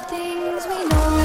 things we know.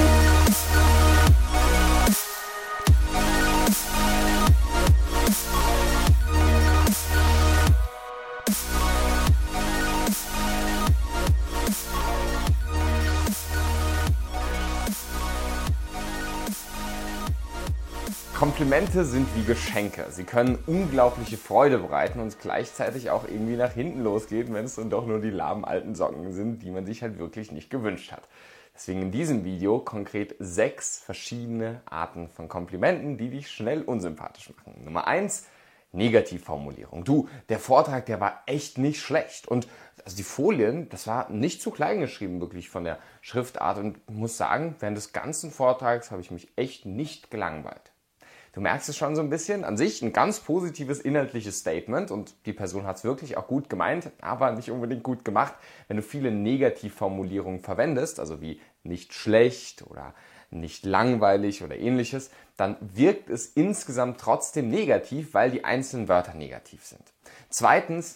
Komplimente sind wie Geschenke. Sie können unglaubliche Freude bereiten und gleichzeitig auch irgendwie nach hinten losgehen, wenn es dann doch nur die lahmen alten Socken sind, die man sich halt wirklich nicht gewünscht hat. Deswegen in diesem Video konkret 6 verschiedene Arten von Komplimenten, die dich schnell unsympathisch machen. Nummer 1, Negativformulierung. Du, der Vortrag, der war echt nicht schlecht. Und also die Folien, das war nicht zu klein geschrieben, wirklich von der Schriftart. Und ich muss sagen, während des ganzen Vortrags habe ich mich echt nicht gelangweilt. Du merkst es schon so ein bisschen. An sich ein ganz positives inhaltliches Statement und die Person hat es wirklich auch gut gemeint, aber nicht unbedingt gut gemacht. Wenn du viele Negativformulierungen verwendest, also wie nicht schlecht oder nicht langweilig oder ähnliches, dann wirkt es insgesamt trotzdem negativ, weil die einzelnen Wörter negativ sind. Zweitens,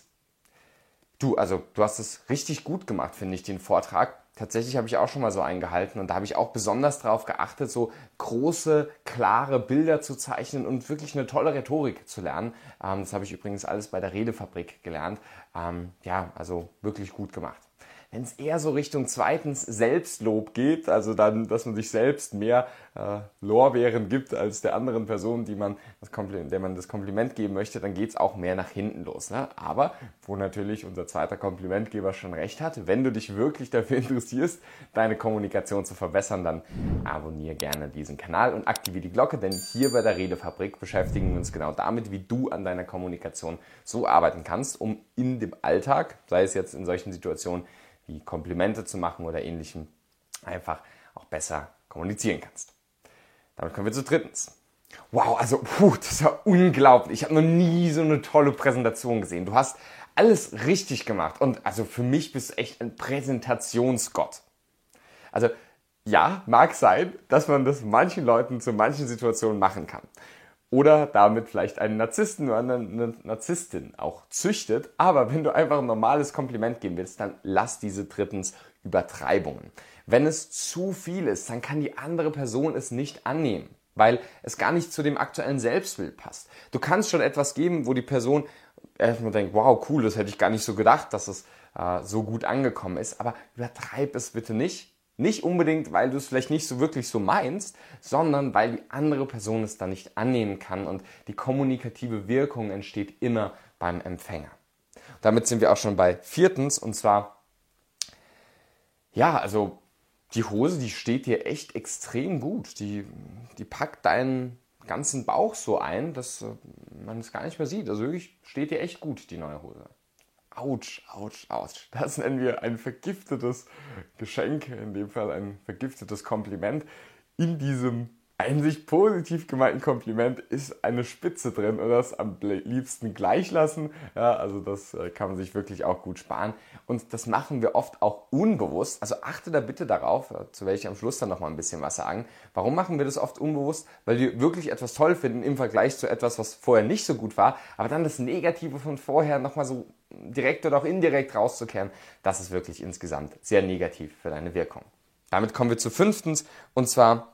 du hast es richtig gut gemacht, finde ich, den Vortrag. Tatsächlich habe ich auch schon mal so einen gehalten und da habe ich auch besonders darauf geachtet, so große, klare Bilder zu zeichnen und wirklich eine tolle Rhetorik zu lernen. Das habe ich übrigens alles bei der Redefabrik gelernt. Also wirklich gut gemacht. Wenn es eher so Richtung zweitens Selbstlob geht, also dann, dass man sich selbst mehr Lorbeeren gibt als der anderen Person, der man das Kompliment geben möchte, dann geht es auch mehr nach hinten los. Ne? Aber wo natürlich unser zweiter Komplimentgeber schon recht hat, wenn du dich wirklich dafür interessierst, deine Kommunikation zu verbessern, dann abonniere gerne diesen Kanal und aktiviere die Glocke, denn hier bei der Redefabrik beschäftigen wir uns genau damit, wie du an deiner Kommunikation so arbeiten kannst, um in dem Alltag, sei es jetzt in solchen Situationen, wie Komplimente zu machen oder ähnlichem, einfach auch besser kommunizieren kannst. Damit kommen wir zu drittens. Wow, das war unglaublich. Ich habe noch nie so eine tolle Präsentation gesehen. Du hast alles richtig gemacht und also für mich bist du echt ein Präsentationsgott. Also ja, mag sein, dass man das manchen Leuten zu manchen Situationen machen kann. Oder damit vielleicht einen Narzissten oder eine Narzisstin auch züchtet. Aber wenn du einfach ein normales Kompliment geben willst, dann lass diese drittens Übertreibungen. Wenn es zu viel ist, dann kann die andere Person es nicht annehmen, weil es gar nicht zu dem aktuellen Selbstbild passt. Du kannst schon etwas geben, wo die Person erstmal denkt, wow, cool, das hätte ich gar nicht so gedacht, dass es so gut angekommen ist. Aber übertreib es bitte nicht. Nicht unbedingt, weil du es vielleicht nicht so wirklich so meinst, sondern weil die andere Person es dann nicht annehmen kann und die kommunikative Wirkung entsteht immer beim Empfänger. Damit sind wir auch schon bei viertens und zwar, die Hose, die steht dir echt extrem gut. Die packt deinen ganzen Bauch so ein, dass man es gar nicht mehr sieht. Also wirklich steht dir echt gut, die neue Hose. Autsch, autsch, autsch. Das nennen wir ein vergiftetes Geschenk, in dem Fall ein vergiftetes Kompliment. In diesem eigentlich positiv gemeinten Kompliment ist eine Spitze drin und das am liebsten gleich lassen. Ja, also das kann man sich wirklich auch gut sparen. Und das machen wir oft auch unbewusst. Also achte da bitte darauf, zu werde ich am Schluss dann nochmal ein bisschen was sagen. Warum machen wir das oft unbewusst? Weil wir wirklich etwas toll finden im Vergleich zu etwas, was vorher nicht so gut war. Aber dann das Negative von vorher nochmal so direkt oder auch indirekt rauszukehren, das ist wirklich insgesamt sehr negativ für deine Wirkung. Damit kommen wir zu fünftens und zwar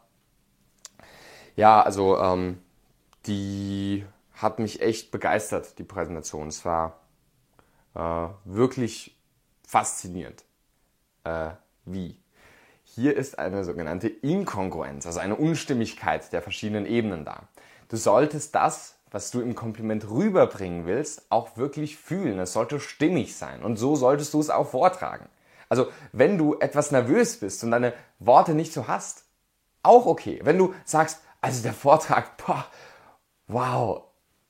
die hat mich echt begeistert, die Präsentation. Es war wirklich faszinierend. Wie? Hier ist eine sogenannte Inkongruenz, also eine Unstimmigkeit der verschiedenen Ebenen da. Du solltest das, was du im Kompliment rüberbringen willst, auch wirklich fühlen. Es sollte stimmig sein und so solltest du es auch vortragen. Also wenn du etwas nervös bist und deine Worte nicht so hast, auch okay. Wenn du sagst, also der Vortrag, wow,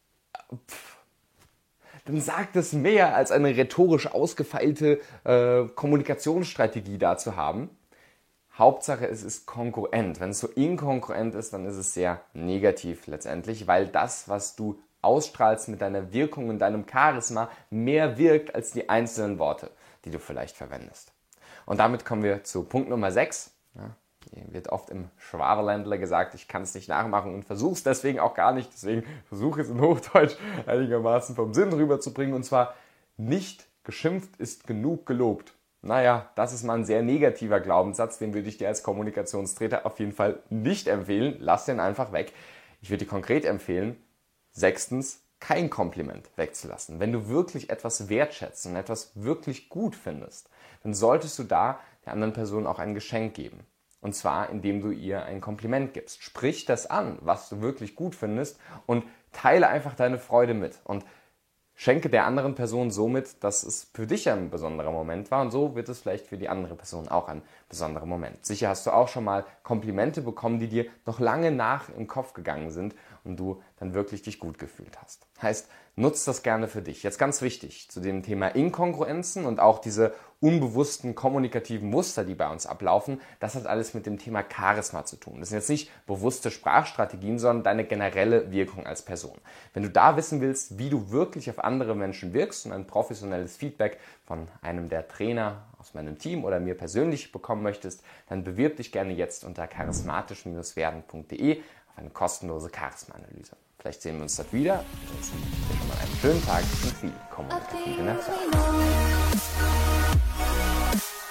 dann sagt es mehr als eine rhetorisch ausgefeilte Kommunikationsstrategie da zu haben. Hauptsache, es ist kongruent. Wenn es so inkongruent ist, dann ist es sehr negativ letztendlich, weil das, was du ausstrahlst mit deiner Wirkung und deinem Charisma, mehr wirkt als die einzelnen Worte, die du vielleicht verwendest. Und damit kommen wir zu Punkt Nummer 6. Ja, hier wird oft im Schwaberländler gesagt, ich kann es nicht nachmachen und versuche es deswegen auch gar nicht. Deswegen versuche ich es in Hochdeutsch einigermaßen vom Sinn rüberzubringen. Und zwar, nicht geschimpft ist genug gelobt. Naja, das ist mal ein sehr negativer Glaubenssatz, den würde ich dir als Kommunikationstrainer auf jeden Fall nicht empfehlen. Lass den einfach weg. Ich würde dir konkret empfehlen, 6. kein Kompliment wegzulassen. Wenn du wirklich etwas wertschätzt und etwas wirklich gut findest, dann solltest du da der anderen Person auch ein Geschenk geben. Und zwar, indem du ihr ein Kompliment gibst. Sprich das an, was du wirklich gut findest und teile einfach deine Freude mit. Und schenke der anderen Person somit, dass es für dich ein besonderer Moment war und so wird es vielleicht für die andere Person auch ein besonderer Moment. Sicher hast du auch schon mal Komplimente bekommen, die dir noch lange nach im Kopf gegangen sind und du dann wirklich dich gut gefühlt hast. Heißt, nutz das gerne für dich. Jetzt ganz wichtig zu dem Thema Inkongruenzen und auch diese unbewussten kommunikativen Muster, die bei uns ablaufen, das hat alles mit dem Thema Charisma zu tun. Das sind jetzt nicht bewusste Sprachstrategien, sondern deine generelle Wirkung als Person. Wenn du da wissen willst, wie du wirklich auf andere Menschen wirkst und ein professionelles Feedback von einem der Trainer aus meinem Team oder mir persönlich bekommen möchtest, dann bewirb dich gerne jetzt unter charismatisch-werden.de auf eine kostenlose Charisma-Analyse. Vielleicht sehen wir uns dort wieder. Ansonsten wünsche ich dir schon mal einen schönen Tag und viel kommunikative Erfolg.